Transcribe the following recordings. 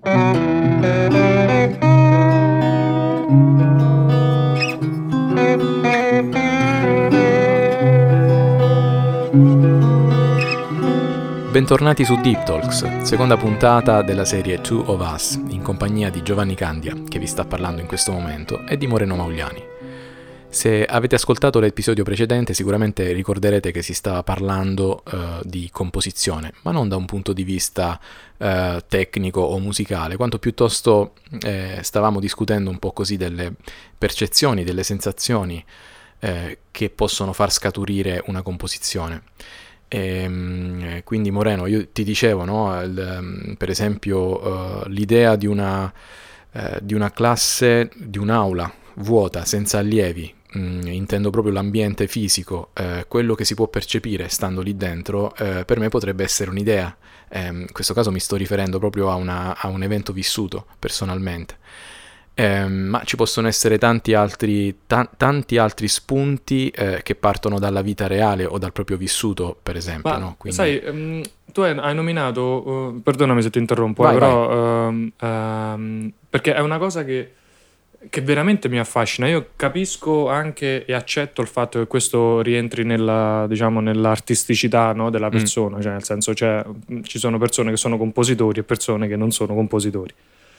Bentornati su Deep Talks, seconda puntata della serie Two of Us, in compagnia di Giovanni Candia, che vi sta parlando in questo momento, e di Moreno Mauliani. Se avete ascoltato l'episodio precedente sicuramente ricorderete che si stava parlando di composizione, ma non da un punto di vista tecnico o musicale, quanto piuttosto stavamo discutendo un po' così delle percezioni, delle sensazioni che possono far scaturire una composizione. Quindi Moreno, io ti dicevo, no, per esempio l'idea di una classe, di un'aula vuota, senza allievi, intendo proprio l'ambiente fisico, quello che si può percepire stando lì dentro, per me potrebbe essere un'idea. In questo caso mi sto riferendo proprio a un evento vissuto personalmente. Ma ci possono essere tanti altri spunti che partono dalla vita reale o dal proprio vissuto, per esempio. No? Quindi... Sai, tu hai nominato, perdonami se ti interrompo, vai. Perché è una cosa che veramente mi affascina. Io capisco anche e accetto il fatto che questo rientri nell'artisticità, no, della persona, cioè nel senso ci sono persone che sono compositori e persone che non sono compositori.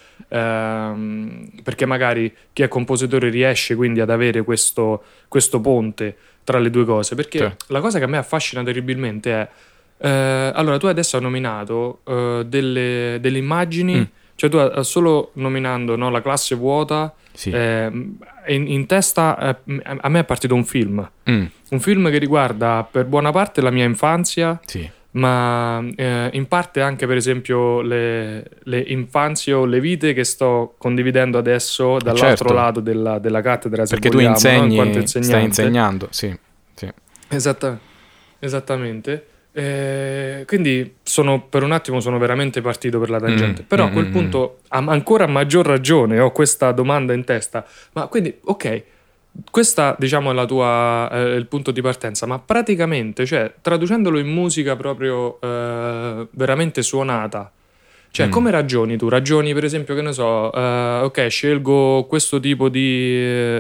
Perché magari chi è compositore riesce quindi ad avere questo ponte tra le due cose, perché la cosa che a me affascina terribilmente è allora tu adesso hai nominato delle immagini, cioè tu solo nominando, no, la classe vuota, sì. In testa a me è partito un film che riguarda per buona parte la mia infanzia, sì, ma in parte anche per esempio le infanzie o le vite che sto condividendo adesso dall'altro lato della cattedra, se perché vogliamo, tu insegni, no? In quanto stai insegnando, sì. Esattamente. Quindi per un attimo sono veramente partito per la tangente, però a quel punto ancora a maggior ragione ho questa domanda in testa, ma quindi ok, questa diciamo è la tua il punto di partenza, ma praticamente, cioè traducendolo in musica proprio veramente suonata, cioè come ragioni tu? Ragioni per esempio, che ne so, ok, scelgo questo tipo di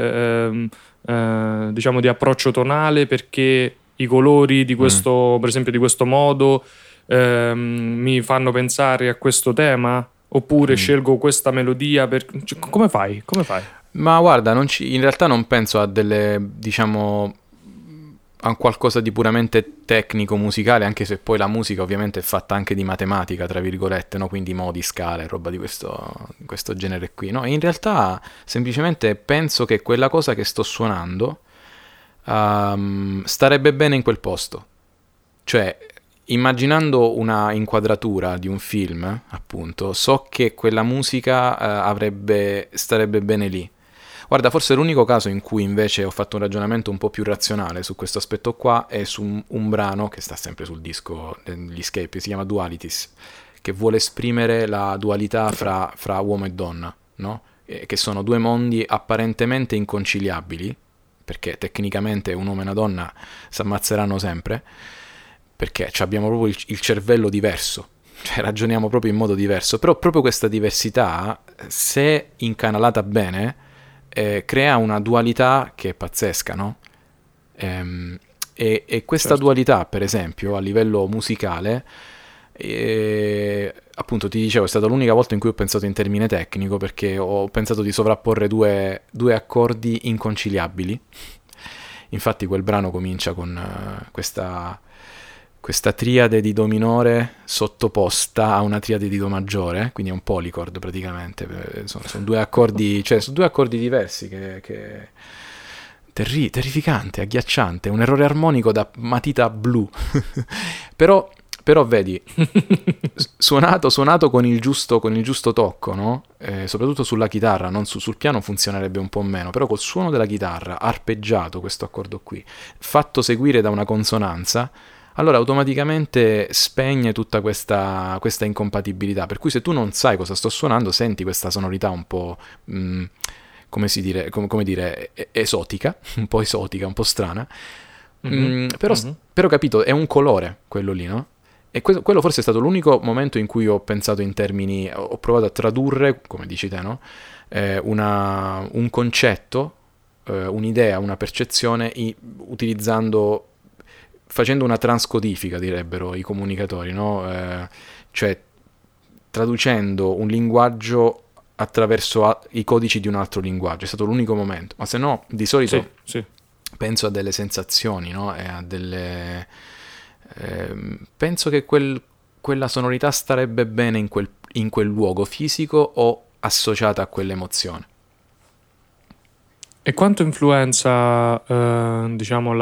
diciamo di approccio tonale perché i colori di questo, per esempio di questo modo mi fanno pensare a questo tema, oppure scelgo questa melodia cioè, come fai? Ma guarda, in realtà non penso a delle, diciamo, a qualcosa di puramente tecnico musicale, anche se poi la musica ovviamente è fatta anche di matematica, tra virgolette, no? Quindi modi, scale, roba di questo genere qui, no? In realtà semplicemente penso che quella cosa che sto suonando starebbe bene in quel posto. Cioè, immaginando una inquadratura di un film, appunto, so che quella musica starebbe bene lì. Guarda, forse l'unico caso in cui invece ho fatto un ragionamento un po' più razionale su questo aspetto qua è su un brano che sta sempre sul disco degli Escape, si chiama Dualities, che vuole esprimere la dualità fra uomo e donna, no? Che sono due mondi apparentemente inconciliabili, perché tecnicamente un uomo e una donna si ammazzeranno sempre, perché abbiamo proprio il cervello diverso, cioè ragioniamo proprio in modo diverso, però proprio questa diversità, se incanalata bene, crea una dualità che è pazzesca, no? E questa dualità, per esempio, a livello musicale, appunto ti dicevo, è stata l'unica volta in cui ho pensato in termine tecnico, perché ho pensato di sovrapporre due accordi inconciliabili. Infatti quel brano comincia con questa triade di do minore sottoposta a una triade di do maggiore, quindi è un polychord praticamente, sono due accordi, cioè sono due accordi diversi che terrificante, agghiacciante, un errore armonico da matita blu. Però vedi, suonato con il giusto tocco, no? Soprattutto sulla chitarra, non sul piano funzionerebbe un po' meno, però col suono della chitarra, arpeggiato questo accordo qui, fatto seguire da una consonanza, allora automaticamente spegne tutta questa incompatibilità, per cui se tu non sai cosa sto suonando, senti questa sonorità un po', come dire, esotica, un po' strana, però capito, è un colore quello lì, no? E quello forse è stato l'unico momento in cui ho pensato in termini, ho provato a tradurre, come dici te, no? Un concetto, un'idea, una percezione, facendo una transcodifica, direbbero i comunicatori, no? Cioè traducendo un linguaggio attraverso i codici di un altro linguaggio. È stato l'unico momento, ma se no di solito Sì. penso a delle sensazioni, no? E a delle penso che quella sonorità starebbe bene in quel luogo fisico o associata a quell'emozione. E quanto influenza, diciamo,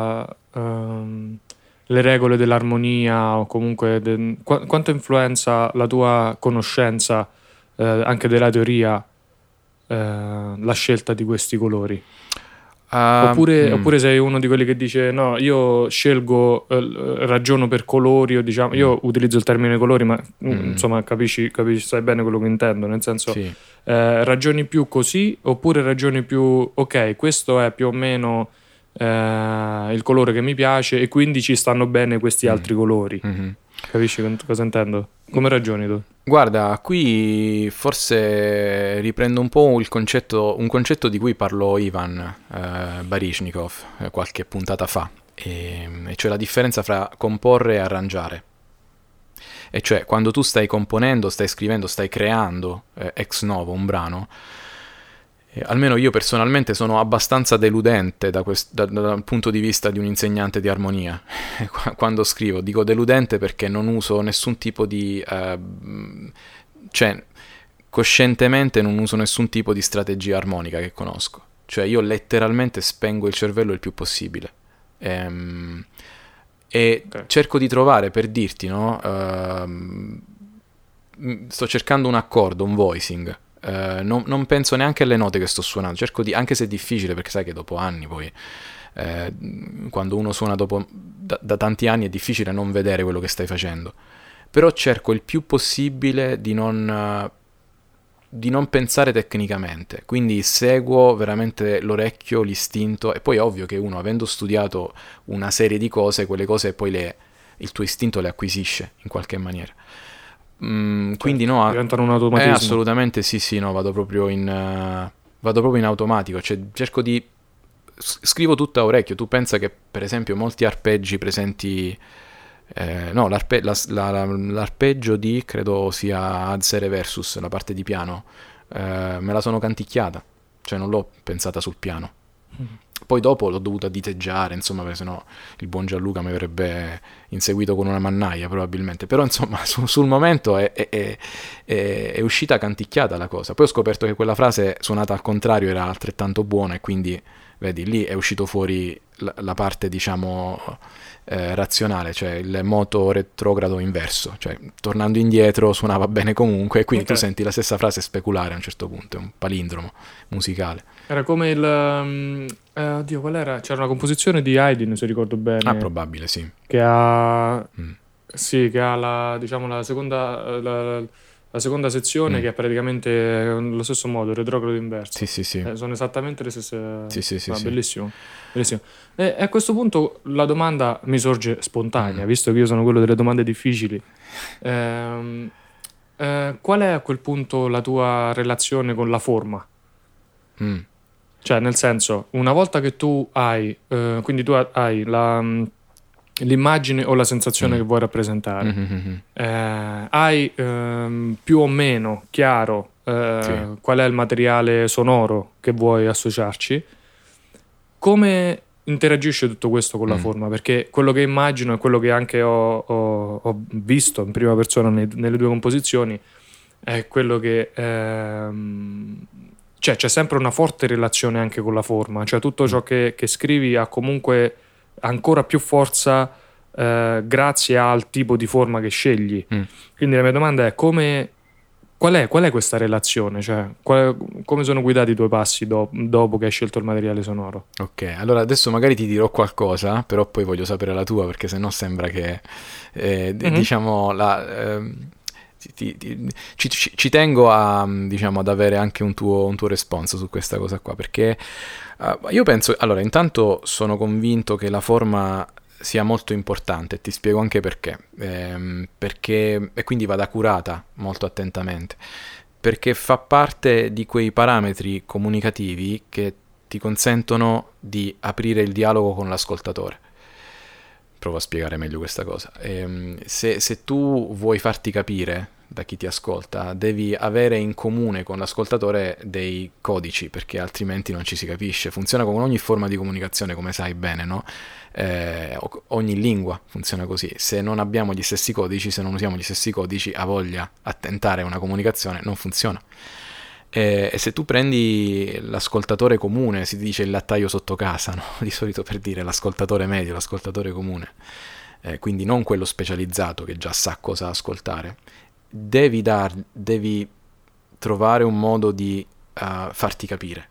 le regole dell'armonia o comunque quanto influenza la tua conoscenza anche della teoria la scelta di questi colori? Oppure sei uno di quelli che dice no, io scelgo, ragiono per colori, o diciamo, io utilizzo il termine colori, ma insomma capisci, sai bene quello che intendo, nel senso sì. Ragioni più così, oppure ragioni più ok, questo è più o meno il colore che mi piace e quindi ci stanno bene questi altri colori. Capisci cosa intendo? Come ragioni tu? Guarda, qui forse riprendo un po' un concetto di cui parlò Ivan Baryshnikov qualche puntata fa, e cioè la differenza fra comporre e arrangiare. E cioè quando tu stai componendo, stai scrivendo, stai creando ex novo un brano, almeno io personalmente sono abbastanza deludente dal punto di vista di un insegnante di armonia. Quando scrivo dico deludente perché non uso nessun tipo di cioè coscientemente non uso nessun tipo di strategia armonica che conosco, cioè io letteralmente spengo il cervello il più possibile e cerco di trovare, per dirti, no, sto cercando un accordo, un voicing. Non penso neanche alle note che sto suonando, cerco anche se è difficile, perché sai che dopo anni poi quando uno suona da tanti anni è difficile non vedere quello che stai facendo, però cerco il più possibile di non pensare tecnicamente, quindi seguo veramente l'orecchio, l'istinto, e poi è ovvio che uno, avendo studiato una serie di cose, quelle cose poi il tuo istinto le acquisisce in qualche maniera. Quindi no, diventano un automatismo. Assolutamente sì, no, vado proprio in automatico, cioè cerco di scrivo tutto a orecchio. Tu pensa che per esempio molti arpeggi presenti l'arpeggio di, credo sia Ad Versus, la parte di piano, me la sono canticchiata, cioè non l'ho pensata sul piano. Poi dopo l'ho dovuta diteggiare, insomma, perché sennò il buon Gianluca mi avrebbe inseguito con una mannaia probabilmente. Però insomma sul momento è uscita canticchiata la cosa. Poi ho scoperto che quella frase suonata al contrario era altrettanto buona, e quindi vedi, lì è uscito fuori la parte, diciamo, razionale, cioè il moto retrogrado inverso, cioè tornando indietro suonava bene comunque, e quindi tu senti la stessa frase speculare a un certo punto, è un palindromo musicale. Era come oddio, qual era? C'era una composizione di Haydn, se ricordo bene. Ah, probabile, sì. Che ha sì, che ha la seconda sezione, che è praticamente lo stesso modo, retrogrado inverso. Sì. Sono esattamente le stesse. Sì. Bellissimo. E a questo punto la domanda mi sorge spontanea, visto che io sono quello delle domande difficili. Qual è a quel punto la tua relazione con la forma? Cioè, nel senso, una volta che tu hai quindi tu hai l'immagine o la sensazione che vuoi rappresentare, hai più o meno chiaro qual è il materiale sonoro che vuoi associarci, come interagisce tutto questo con la forma? Perché quello che immagino e quello che anche ho visto in prima persona nelle due composizioni è quello che cioè c'è sempre una forte relazione anche con la forma, cioè tutto ciò che scrivi ha comunque ancora più forza grazie al tipo di forma che scegli. Quindi la mia domanda è qual è questa relazione? Cioè, come sono guidati i tuoi passi dopo che hai scelto il materiale sonoro? Ok, allora adesso magari ti dirò qualcosa, però poi voglio sapere la tua, perché sennò sembra che diciamo ci tengo a, diciamo, ad avere anche un tuo responso su questa cosa qua, perché io penso, allora, intanto sono convinto che la forma sia molto importante, ti spiego anche perché. E quindi vada curata molto attentamente, perché fa parte di quei parametri comunicativi che ti consentono di aprire il dialogo con l'ascoltatore. Provo a spiegare meglio questa cosa. Se tu vuoi farti capire da chi ti ascolta, devi avere in comune con l'ascoltatore dei codici, perché altrimenti non ci si capisce. Funziona con ogni forma di comunicazione, come sai bene, no? Ogni lingua funziona così. Se non abbiamo gli stessi codici, se non usiamo gli stessi codici, a voglia a tentare una comunicazione non funziona. E se tu prendi l'ascoltatore comune, si dice il lattaio sotto casa, no? Di solito per dire l'ascoltatore medio, l'ascoltatore comune, quindi non quello specializzato che già sa cosa ascoltare, devi trovare un modo di farti capire.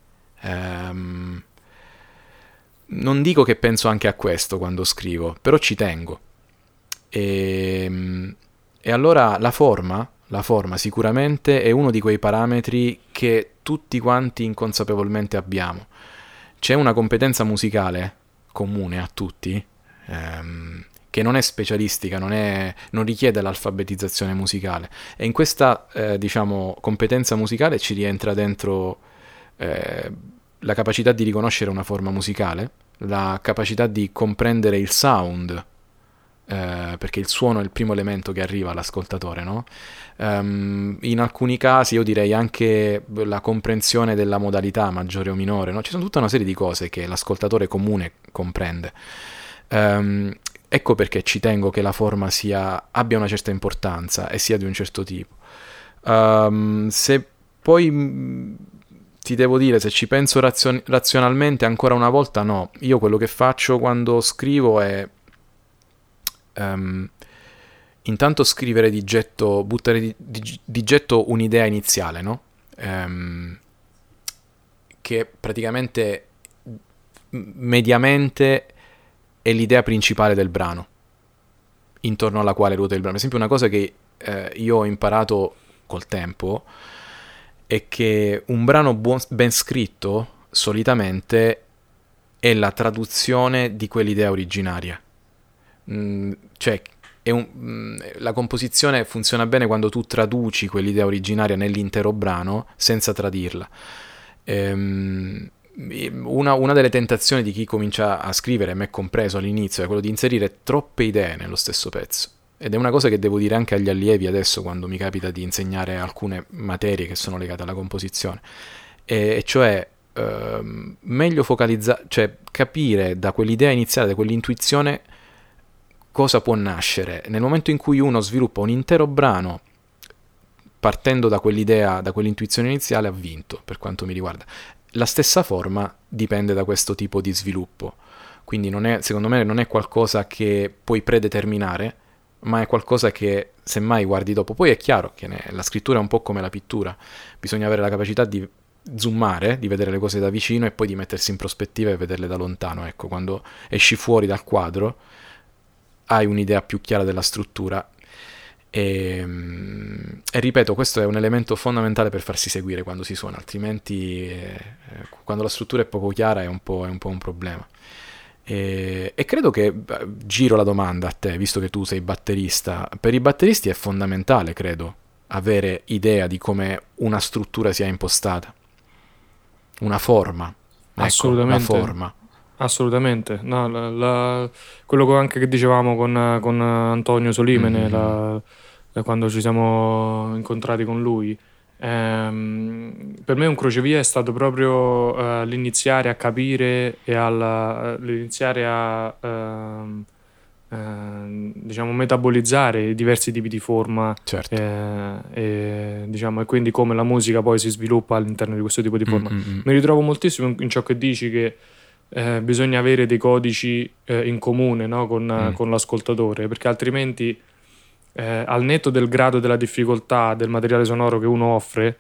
Non dico che penso anche a questo quando scrivo, però ci tengo. E allora la forma sicuramente è uno di quei parametri che tutti quanti inconsapevolmente abbiamo. C'è una competenza musicale comune a tutti, che non è specialistica, non richiede l'alfabetizzazione musicale. E in questa, competenza musicale ci rientra dentro la capacità di riconoscere una forma musicale, la capacità di comprendere il sound, perché il suono è il primo elemento che arriva all'ascoltatore, no? In alcuni casi io direi anche la comprensione della modalità maggiore o minore, no? Ci sono tutta una serie di cose che l'ascoltatore comune comprende. Ecco perché ci tengo che la forma abbia una certa importanza e sia di un certo tipo. Se poi ti devo dire, se ci penso razionalmente, ancora una volta no. Io quello che faccio quando scrivo è intanto scrivere di getto, buttare di getto un'idea iniziale, no? Che praticamente mediamente è l'idea principale del brano, intorno alla quale ruota il brano. Per esempio, una cosa che io ho imparato col tempo è che un brano ben scritto solitamente è la traduzione di quell'idea originaria. Cioè la composizione funziona bene quando tu traduci quell'idea originaria nell'intero brano senza tradirla. Una delle tentazioni di chi comincia a scrivere, me compreso all'inizio, è quello di inserire troppe idee nello stesso pezzo. Ed è una cosa che devo dire anche agli allievi adesso quando mi capita di insegnare alcune materie che sono legate alla composizione. E cioè meglio focalizzare, cioè capire da quell'idea iniziale, da quell'intuizione cosa può nascere. Nel momento in cui uno sviluppa un intero brano partendo da quell'idea, da quell'intuizione iniziale, ha vinto per quanto mi riguarda. La stessa forma dipende da questo tipo di sviluppo, quindi secondo me non è qualcosa che puoi predeterminare, ma è qualcosa che semmai guardi dopo. Poi è chiaro che la scrittura è un po' come la pittura, bisogna avere la capacità di zoomare, di vedere le cose da vicino e poi di mettersi in prospettiva e vederle da lontano. Ecco, quando esci fuori dal quadro hai un'idea più chiara della struttura e ripeto, questo è un elemento fondamentale per farsi seguire quando si suona, altrimenti quando la struttura è poco chiara è un po' un problema. E credo che giro la domanda a te, visto che tu sei batterista. Per i batteristi è fondamentale, credo, avere idea di come una struttura sia impostata, una forma. Assolutamente. Ecco, la forma. Assolutamente, no, quello anche che dicevamo con Antonio Solimene quando ci siamo incontrati con lui, per me un crocevia è stato proprio l'iniziare a capire e l'iniziare a diciamo metabolizzare i diversi tipi di forma, certo. e quindi come la musica poi si sviluppa all'interno di questo tipo di forma. Mi ritrovo moltissimo in ciò che dici, che bisogna avere dei codici in comune, no? con l'ascoltatore, perché altrimenti al netto del grado della difficoltà del materiale sonoro che uno offre,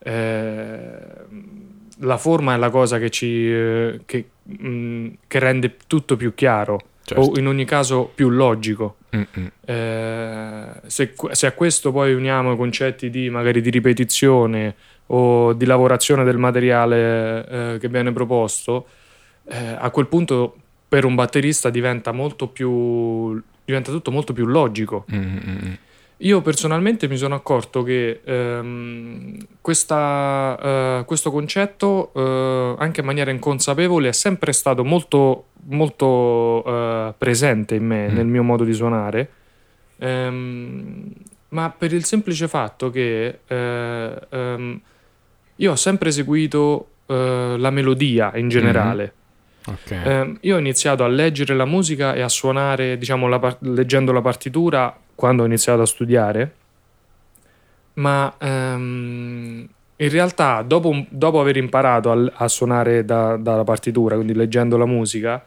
la forma è la cosa che rende tutto più chiaro, certo, o in ogni caso più logico. Se a questo poi uniamo i concetti magari di ripetizione o di lavorazione del materiale che viene proposto, a quel punto per un batterista diventa tutto molto più logico. Io personalmente mi sono accorto che questo concetto, anche in maniera inconsapevole, è sempre stato molto, molto presente in me, nel mio modo di suonare, ma per il semplice fatto che io ho sempre seguito la melodia in generale. Ok. Io ho iniziato a leggere la musica e a suonare, diciamo, leggendo la partitura quando ho iniziato a studiare, ma in realtà dopo aver imparato a suonare dalla partitura, quindi leggendo la musica,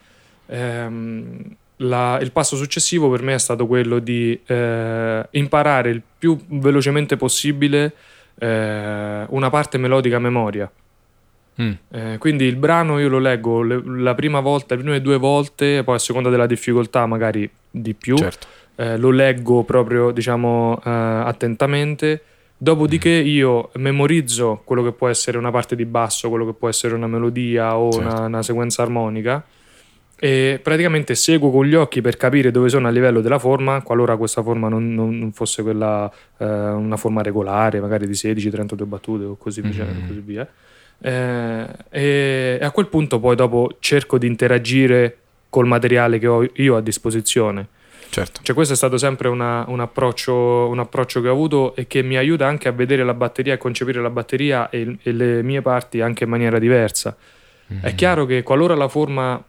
il passo successivo per me è stato quello di imparare il più velocemente possibile una parte melodica a memoria. Quindi il brano io lo leggo la prima volta, le prime 2 volte, poi a seconda della difficoltà magari di più. Certo. Lo leggo proprio, diciamo, attentamente. Dopodiché io memorizzo quello che può essere una parte di basso, quello che può essere una melodia o Certo. una sequenza armonica, e praticamente seguo con gli occhi per capire dove sono a livello della forma, qualora questa forma non fosse quella, una forma regolare, magari di 16-32 battute o così via. E a quel punto poi dopo cerco di interagire col materiale che ho io a disposizione. Certo. Cioè questo è stato sempre un approccio che ho avuto e che mi aiuta anche a vedere la batteria e concepire la batteria e le mie parti anche in maniera diversa. È chiaro che qualora la forma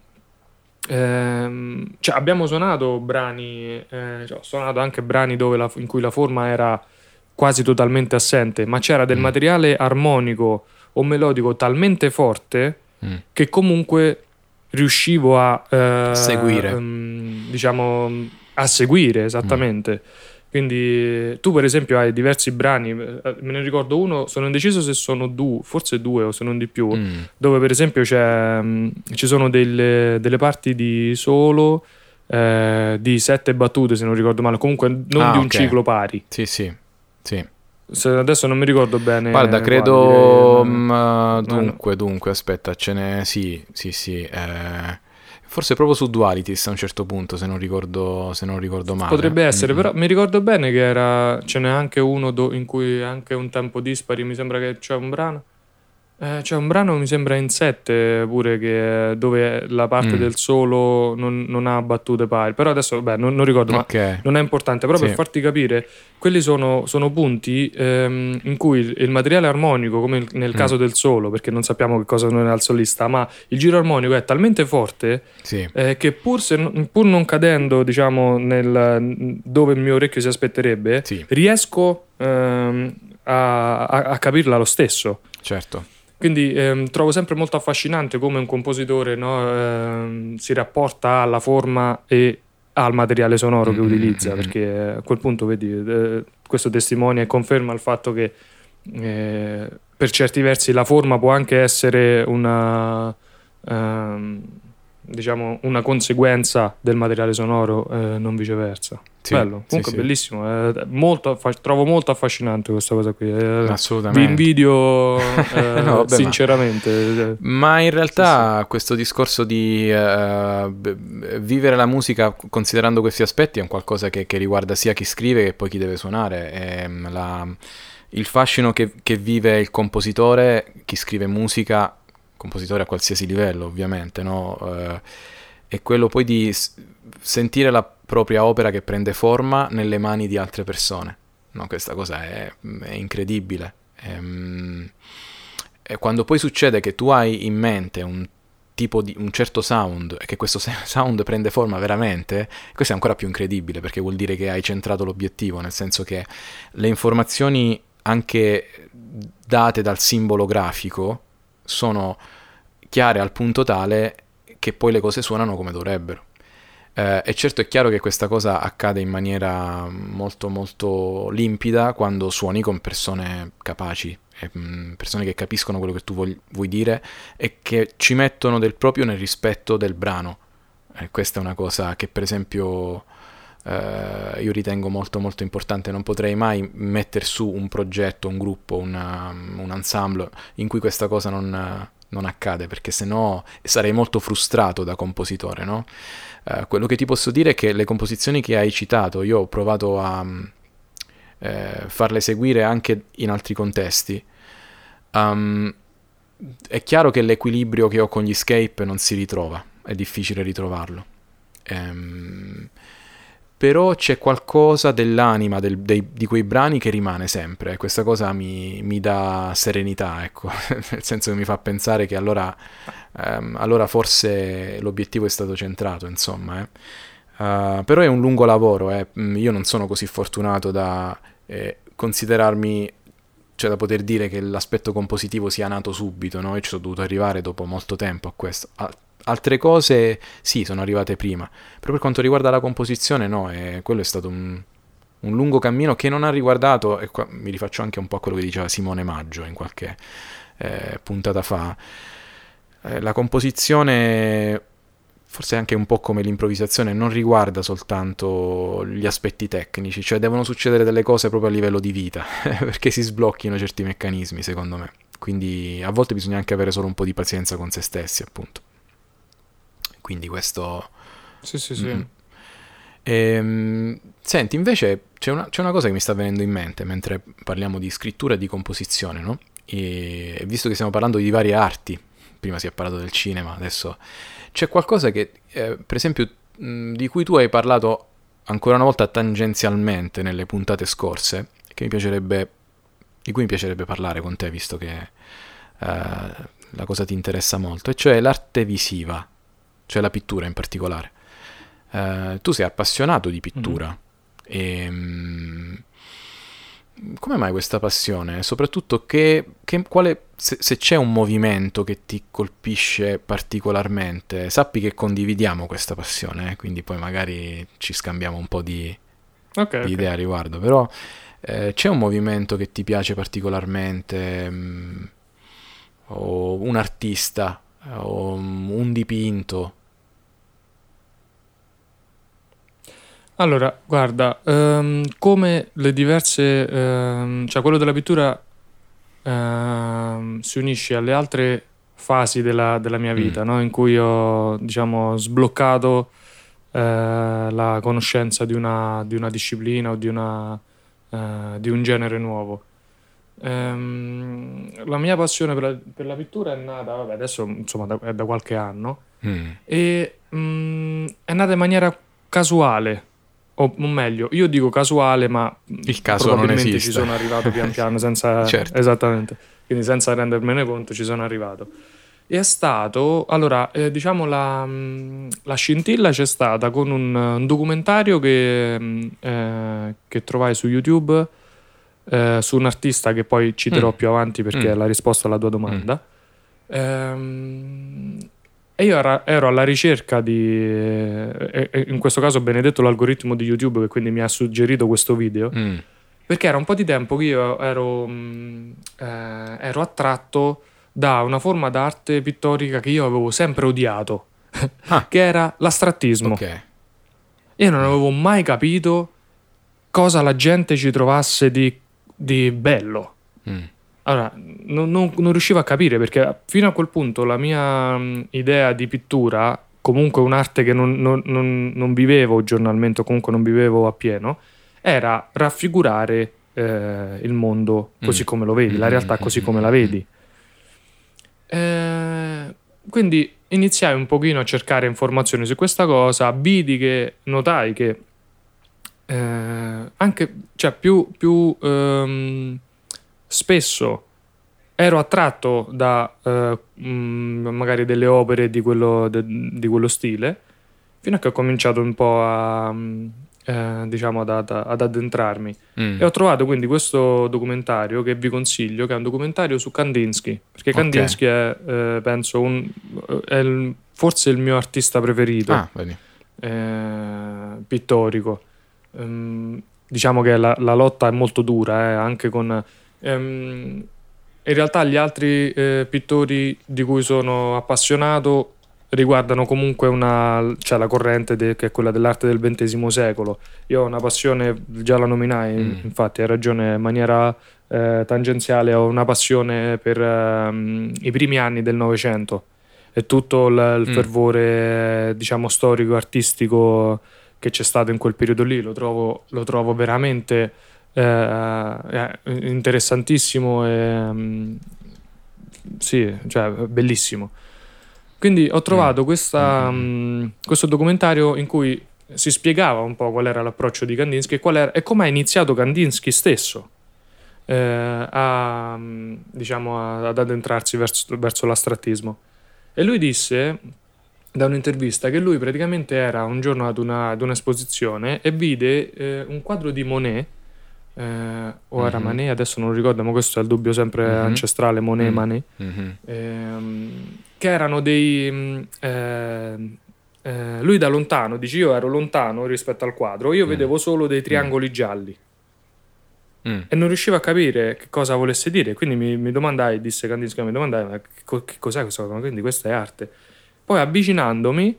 cioè abbiamo suonato brani, ho suonato anche brani dove in cui la forma era quasi totalmente assente, ma c'era del materiale armonico o melodico talmente forte che comunque riuscivo a seguire. diciamo a seguire esattamente. Quindi tu per esempio hai diversi brani, me ne ricordo uno, sono indeciso se sono forse 2 o se non di più, dove per esempio ci sono delle parti di solo di 7 battute se non ricordo male, comunque non di un ciclo pari. Sì. Adesso non mi ricordo bene. Guarda, credo dunque, aspetta, ce n'è sì. Forse proprio su Dualities a un certo punto, se non ricordo male. Potrebbe essere, però mi ricordo bene che ce n'è anche uno in cui è anche un tempo dispari, mi sembra che c'è un brano. C'è un brano mi sembra in 7 pure dove la parte del solo non ha battute pari, però adesso non ricordo, ma non è importante, però per farti capire quelli sono punti in cui il materiale armonico, come nel caso del solo, perché non sappiamo che cosa non è al solista, ma il giro armonico è talmente forte che pur non cadendo, diciamo, dove il mio orecchio si aspetterebbe, riesco a capirla lo stesso. Certo. Quindi trovo sempre molto affascinante come un compositore si rapporta alla forma e al materiale sonoro che utilizza, perché a quel punto vedi, questo testimonia e conferma il fatto che per certi versi la forma può anche essere una conseguenza del materiale sonoro, non viceversa. Bello, comunque bellissimo, trovo molto affascinante questa cosa qui. Assolutamente. Vi invidio sinceramente. Ma in realtà questo discorso di vivere la musica considerando questi aspetti è un qualcosa che riguarda sia chi scrive che poi chi deve suonare. Il fascino che vive il compositore, chi scrive musica, compositore a qualsiasi livello ovviamente, no? È quello poi di sentire la propria opera che prende forma nelle mani di altre persone, no? Questa cosa è incredibile. E quando poi succede che tu hai in mente un certo sound e che questo sound prende forma veramente, questo è ancora più incredibile, perché vuol dire che hai centrato l'obiettivo, nel senso che le informazioni anche date dal simbolo grafico sono chiare al punto tale che poi le cose suonano come dovrebbero. E certo è chiaro che questa cosa accade in maniera molto molto limpida quando suoni con persone capaci, persone che capiscono quello che tu vuoi dire e che ci mettono del proprio nel rispetto del brano. Questa è una cosa che per esempio io ritengo molto molto importante. Non potrei mai mettere su un progetto, un gruppo, un ensemble in cui questa cosa non non accade, perché sennò sarei molto frustrato da compositore, no? Quello che ti posso dire è che le composizioni che hai citato, io ho provato a farle seguire anche in altri contesti. È chiaro che l'equilibrio che ho con gli escape non si ritrova, è difficile ritrovarlo. Però c'è qualcosa dell'anima di quei brani che rimane sempre, e questa cosa mi dà serenità, ecco, nel senso che mi fa pensare che allora forse l'obiettivo è stato centrato, insomma. Però è un lungo lavoro, io non sono così fortunato da considerarmi, cioè da poter dire che l'aspetto compositivo sia nato subito, no? Io ci sono dovuto arrivare dopo molto tempo a questo. Altre cose sì, sono arrivate prima, però per quanto riguarda la composizione no, quello è stato un lungo cammino che non ha riguardato, e qua mi rifaccio anche un po' a quello che diceva Simone Maggio in qualche puntata fa. La composizione, forse anche un po' come l'improvvisazione, non riguarda soltanto gli aspetti tecnici, cioè devono succedere delle cose proprio a livello di vita perché si sblocchino certi meccanismi, secondo me. Quindi a volte bisogna anche avere solo un po' di pazienza con se stessi, appunto. Quindi questo... Sì. Senti, invece c'è una cosa che mi sta venendo in mente mentre parliamo di scrittura e di composizione, no? E visto che stiamo parlando di varie arti, prima si è parlato del cinema, adesso c'è qualcosa che, per esempio, di cui tu hai parlato ancora una volta tangenzialmente nelle puntate scorse, di cui mi piacerebbe parlare con te, visto che la cosa ti interessa molto, e cioè l'arte visiva, cioè la pittura in particolare. Tu sei appassionato di pittura, e come mai questa passione? Soprattutto se c'è un movimento che ti colpisce particolarmente, sappi che condividiamo questa passione, quindi poi magari ci scambiamo un po' di idee a riguardo, però c'è un movimento che ti piace particolarmente, o un artista, o un dipinto? Allora, guarda, come le diverse, cioè quello della pittura si unisce alle altre fasi della mia vita, no? In cui ho, diciamo, sbloccato la conoscenza di una disciplina o di un genere nuovo. La mia passione per la pittura è nata, vabbè, adesso insomma è da qualche anno, e è nata in maniera casuale. O meglio, io dico casuale, ma il caso probabilmente non esiste. ci sono arrivato pian piano senza Certo. Esattamente, quindi senza rendermene conto ci sono arrivato. E è stato, allora, diciamo la scintilla c'è stata con un documentario che trovai su YouTube su un artista che poi citerò più avanti perché è la risposta alla tua domanda. E io ero alla ricerca in questo caso benedetto l'algoritmo di YouTube che quindi mi ha suggerito questo video, perché era un po' di tempo che io ero attratto da una forma d'arte pittorica che io avevo sempre odiato, che era l'astrattismo. Okay. Io non avevo mai capito cosa la gente ci trovasse di bello. Allora, non riuscivo a capire, perché fino a quel punto la mia idea di pittura, comunque un'arte che non vivevo giornalmente, o comunque non vivevo appieno, era raffigurare il mondo così come lo vedi, la realtà così come la vedi. Quindi iniziai un pochino a cercare informazioni su questa cosa, notai che anche, cioè più spesso ero attratto da magari delle opere di quello stile, fino a che ho cominciato un po' diciamo ad addentrarmi, e ho trovato quindi questo documentario che vi consiglio, che è un documentario su Kandinsky, perché Kandinsky è penso forse il mio artista preferito, pittorico. Diciamo che la lotta è molto dura, anche con in realtà gli altri pittori di cui sono appassionato riguardano comunque cioè la corrente che è quella dell'arte del XX secolo. Io ho una passione, già la nominai, infatti hai ragione, in maniera tangenziale, ho una passione per i primi anni del Novecento e tutto il fervore, diciamo, storico, artistico che c'è stato in quel periodo lì. Lo trovo veramente interessantissimo e sì, cioè bellissimo. Quindi ho trovato questo documentario in cui si spiegava un po' qual era l'approccio di Kandinsky e come ha iniziato Kandinsky stesso ad addentrarsi verso l'astrattismo. E lui disse da un'intervista che lui praticamente era un giorno ad un'esposizione e vide un quadro di Monet, o era Manet, adesso non lo ricordo, ma questo è il dubbio sempre ancestrale, Monet, Manet, che erano dei... lui da lontano dice: io ero lontano rispetto al quadro, io vedevo solo dei triangoli gialli e non riuscivo a capire che cosa volesse dire, quindi mi domandai, disse Kandinsky, ma che cos'è questa cosa? Quindi questa è arte. Poi avvicinandomi,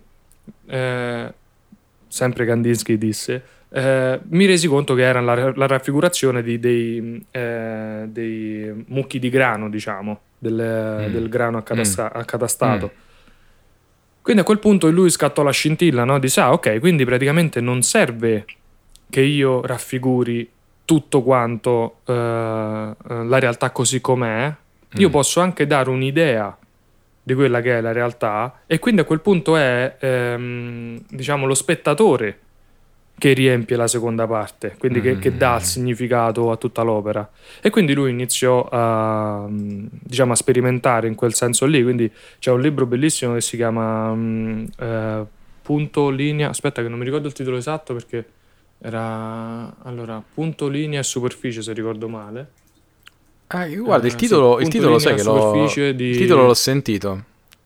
sempre Kandinsky disse, mi resi conto che era la raffigurazione dei mucchi di grano, diciamo, del grano accatastato. Quindi a quel punto lui scattò la scintilla, no? Disse: ok, quindi praticamente non serve che io raffiguri tutto quanto la realtà così com'è, io posso anche dare un'idea di quella che è la realtà, e quindi a quel punto è diciamo lo spettatore che riempie la seconda parte, quindi che dà il significato a tutta l'opera. E quindi lui iniziò a sperimentare in quel senso lì. Quindi c'è un libro bellissimo che si chiama Punto, linea, aspetta che non mi ricordo il titolo esatto, perché era Punto, linea e superficie, se ricordo male. Guarda, il titolo sai che il titolo l'ho sentito.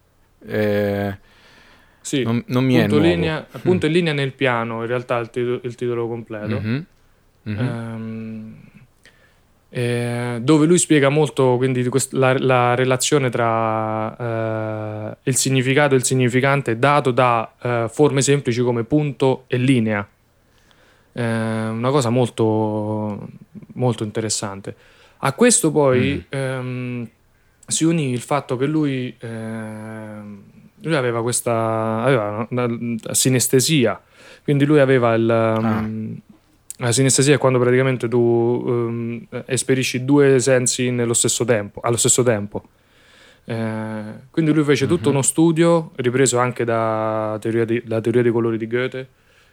Sì, non mi è nuovo. Punto e linea nel piano, in realtà il titolo completo. Dove lui spiega molto, quindi, la relazione tra il significato e il significante dato da forme semplici come punto e linea. Una cosa molto, molto interessante. A questo poi si unì il fatto che lui aveva una sinestesia, quindi lui aveva la sinestesia è quando praticamente tu esperisci due sensi allo stesso tempo. Quindi lui fece tutto uno studio ripreso anche da teoria dei colori di Goethe,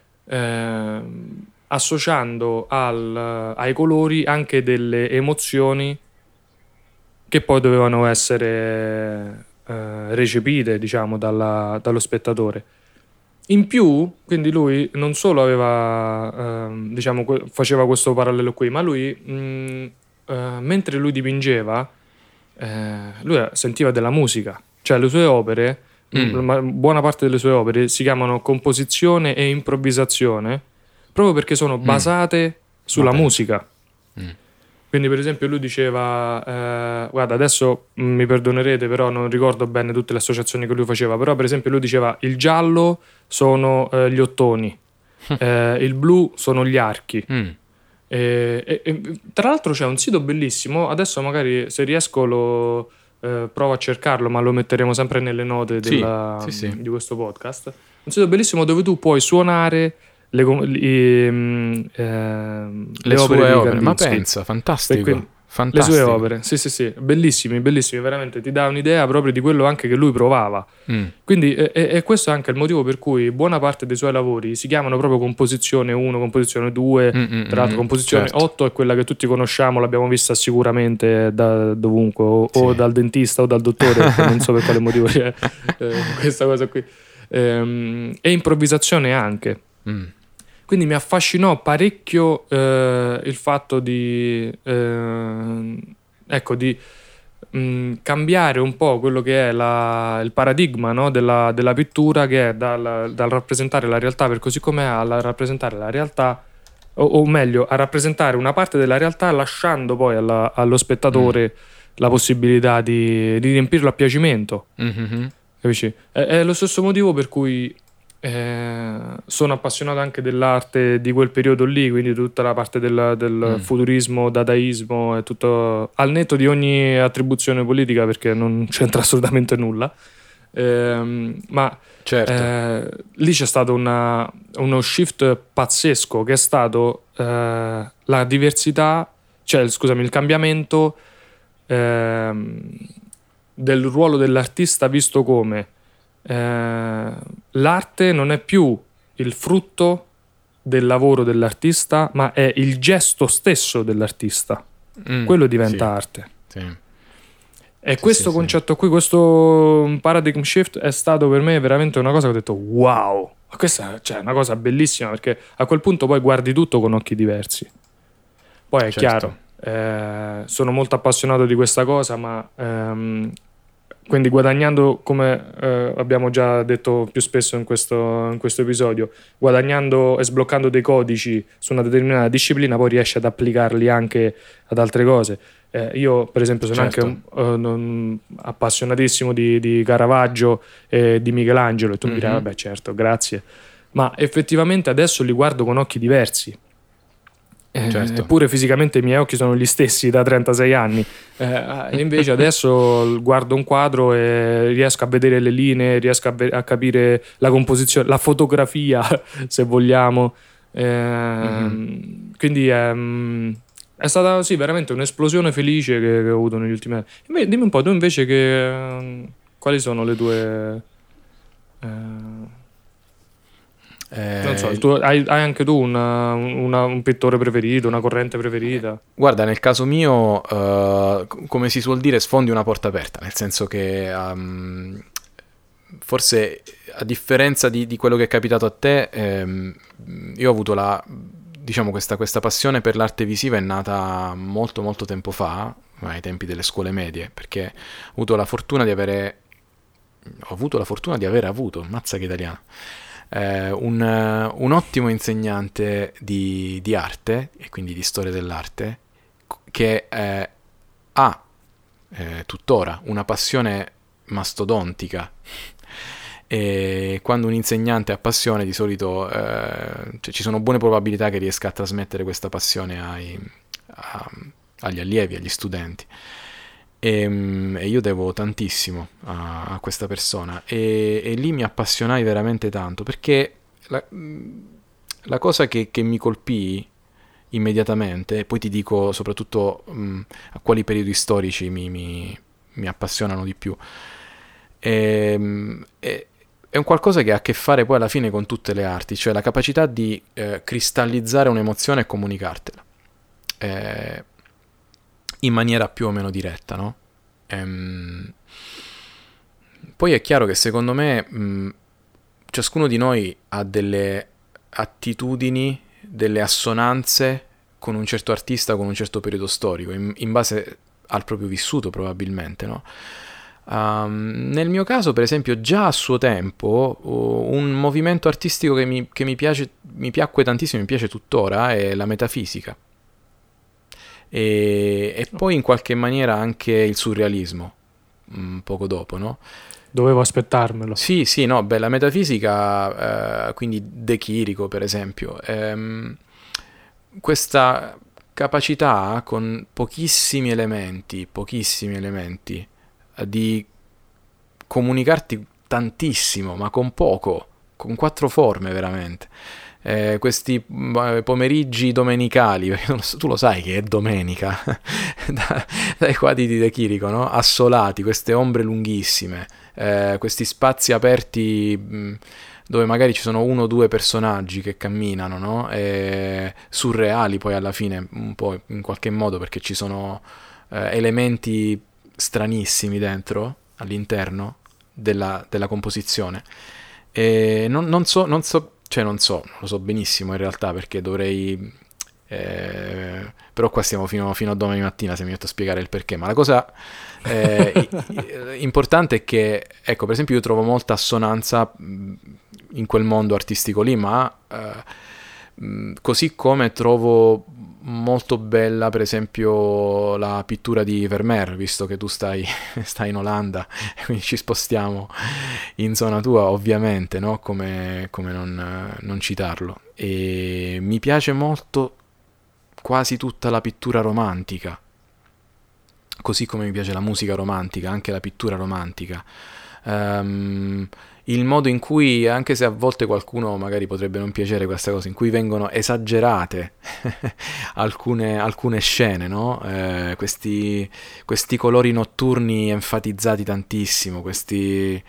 associando ai colori anche delle emozioni che poi dovevano essere recepite, diciamo, dallo spettatore. In più, quindi lui non solo aveva faceva questo parallelo qui, ma lui mentre lui dipingeva lui sentiva della musica, cioè le sue opere, buona parte delle sue opere si chiamano composizione e improvvisazione proprio perché sono basate sulla musica. Quindi per esempio lui diceva guarda, adesso mi perdonerete, però non ricordo bene tutte le associazioni che lui faceva, però per esempio lui diceva il giallo sono gli ottoni, il blu sono gli archi. E tra l'altro c'è un sito bellissimo, adesso magari se riesco provo a cercarlo, ma lo metteremo sempre nelle note di questo podcast. Un sito bellissimo dove tu puoi suonare le sue opere, ma pensa, fantastico. Le sue opere, sì, bellissimi, veramente, ti dà un'idea proprio di quello anche che lui provava. Quindi e questo è anche il motivo per cui buona parte dei suoi lavori si chiamano proprio composizione 1, composizione 2, tra l'altro composizione 8 è quella che tutti conosciamo, l'abbiamo vista sicuramente da dovunque, o dal dentista o dal dottore, non so per quale motivo c'è questa cosa qui, e improvvisazione anche. Quindi mi affascinò parecchio il fatto di cambiare un po' quello che è il paradigma, no? della pittura, che è dal rappresentare la realtà per così com'è a rappresentare la realtà, o meglio, a rappresentare una parte della realtà lasciando poi allo spettatore la possibilità di riempirlo a piacimento. Capisci? È lo stesso motivo per cui Sono appassionato anche dell'arte di quel periodo lì, quindi tutta la parte del futurismo, dadaismo e tutto, al netto di ogni attribuzione politica, perché non c'entra assolutamente nulla. Ma Certo. lì c'è stato uno shift pazzesco che è stato la diversità, cioè scusami, il cambiamento ehm, del ruolo dell'artista visto come l'arte non è più il frutto del lavoro dell'artista, ma è il gesto stesso dell'artista. Quello diventa Sì, arte. sì, E sì, sì, questo sì. concetto qui, questo paradigm shift è stato per me veramente una cosa che ho detto wow, ma questa cioè, è una cosa bellissima, perché a quel punto poi guardi tutto con occhi diversi. Poi è Certo. chiaro, sono molto appassionato di questa cosa, ma quindi guadagnando, come abbiamo già detto più spesso in questo episodio, guadagnando e sbloccando dei codici su una determinata disciplina, poi riesci ad applicarli anche ad altre cose. Io, per esempio, sono anche Certo. appassionatissimo di Caravaggio e di Michelangelo, e tu mi dirai, Mhm. vabbè, certo, grazie. Ma effettivamente adesso li guardo con occhi diversi. Certo. Eppure fisicamente i miei occhi sono gli stessi da 36 anni. Invece adesso guardo un quadro e riesco a vedere le linee, riesco a capire la composizione, la fotografia, se vogliamo. Mhm. Quindi è stata sì, veramente un'esplosione felice che ho avuto negli ultimi anni. Dimmi un po', tu invece quali sono le tue... non so, Eh, hai anche tu un pittore preferito, una corrente preferita? Guarda, nel caso mio, come si suol dire, sfondi una porta aperta, nel senso che forse a differenza di quello che è capitato a te, io ho avuto diciamo, questa passione per l'arte visiva è nata molto molto tempo fa, ai tempi delle scuole medie, perché ho avuto la fortuna di aver avuto, mazza che italiano, un ottimo insegnante di arte e quindi di storia dell'arte che ha tuttora una passione mastodontica. E quando un insegnante ha passione, di solito cioè, ci sono buone probabilità che riesca a trasmettere questa passione a- agli allievi, agli studenti. E io devo tantissimo a questa persona e lì mi appassionai veramente tanto perché la cosa che mi colpì immediatamente, e poi ti dico soprattutto a quali periodi storici mi appassionano di più, è un qualcosa che ha a che fare poi alla fine con tutte le arti, cioè la capacità di cristallizzare un'emozione e comunicartela eh, in maniera più o meno diretta, no? Ehm, Poi è chiaro che secondo me ciascuno di noi ha delle attitudini, delle assonanze con un certo artista, con un certo periodo storico, in base al proprio vissuto probabilmente, no? Nel mio caso, per esempio, già a suo tempo, un movimento artistico che mi piacque tantissimo, mi piace tuttora, è la metafisica. E poi in qualche maniera anche il surrealismo, poco dopo, no? Dovevo aspettarmelo. Sì, sì, no, beh, la metafisica, quindi De Chirico per esempio, questa capacità con pochissimi elementi, di comunicarti tantissimo, ma con poco, con 4 forme veramente. Questi pomeriggi domenicali, perché tu lo sai che è domenica, dai quadri di De Chirico, no? Assolati, queste ombre lunghissime, questi spazi aperti dove magari ci sono uno o due personaggi che camminano, no? Surreali poi alla fine, un po' in qualche modo, perché ci sono elementi stranissimi dentro, all'interno della composizione. E non lo so benissimo in realtà perché dovrei... però qua stiamo fino a domani mattina se mi metto a spiegare il perché, ma la cosa importante è che, ecco, per esempio io trovo molta assonanza in quel mondo artistico lì, ma così come trovo molto bella, per esempio, la pittura di Vermeer, visto che tu stai in Olanda, quindi ci spostiamo in zona tua, ovviamente, no? Come non citarlo. E mi piace molto quasi tutta la pittura romantica, così come mi piace la musica romantica, anche la pittura romantica. Il modo in cui, anche se a volte qualcuno magari potrebbe non piacere questa cosa, in cui vengono esagerate alcune scene, no? Questi colori notturni enfatizzati tantissimo, questi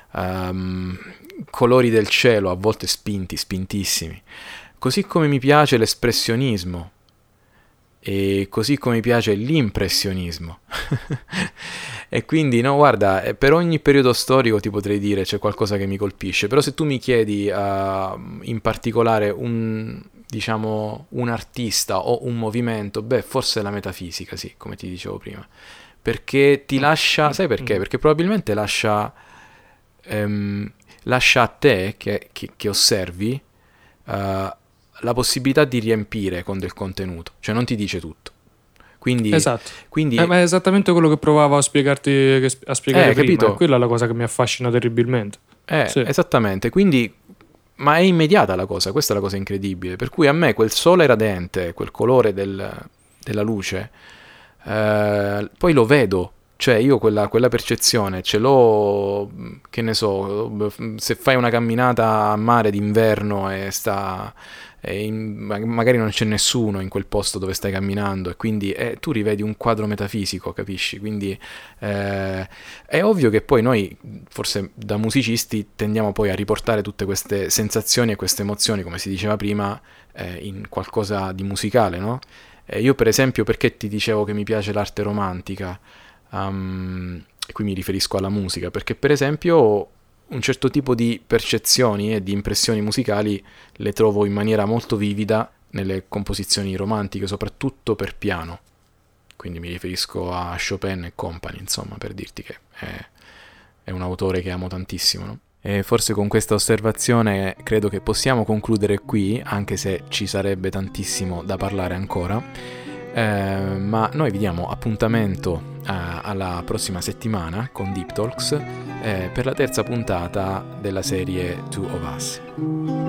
colori del cielo a volte spintissimi. Così come mi piace l'espressionismo, e così come mi piace l'impressionismo. E quindi, no, guarda, per ogni periodo storico ti potrei dire c'è qualcosa che mi colpisce, però se tu mi chiedi in particolare un artista o un movimento, beh, forse la metafisica, sì, come ti dicevo prima, perché ti lascia, sai perché? Perché probabilmente lascia a te che osservi la possibilità di riempire con del contenuto, cioè non ti dice tutto. Quindi, Esatto. quindi Ma è esattamente quello che provavo a spiegare prima. capito? È quella la cosa che mi affascina terribilmente. Sì. Esattamente, quindi, ma è immediata la cosa, questa è la cosa incredibile, per cui a me quel sole radente, quel colore della luce, poi lo vedo, cioè io quella percezione ce l'ho, che ne so, se fai una camminata a mare d'inverno magari non c'è nessuno in quel posto dove stai camminando, e quindi tu rivedi un quadro metafisico, capisci? Quindi è ovvio che poi noi, forse da musicisti, tendiamo poi a riportare tutte queste sensazioni e queste emozioni, come si diceva prima, in qualcosa di musicale, no? Io per esempio, perché ti dicevo che mi piace l'arte romantica, e qui mi riferisco alla musica, perché per esempio un certo tipo di percezioni e di impressioni musicali le trovo in maniera molto vivida nelle composizioni romantiche, soprattutto per piano. Quindi mi riferisco a Chopin e compagni, insomma, per dirti che è un autore che amo tantissimo, no? E forse con questa osservazione credo che possiamo concludere qui, anche se ci sarebbe tantissimo da parlare ancora. Ma noi vi diamo appuntamento alla prossima settimana con Deep Talks per la terza puntata della serie Two of Us.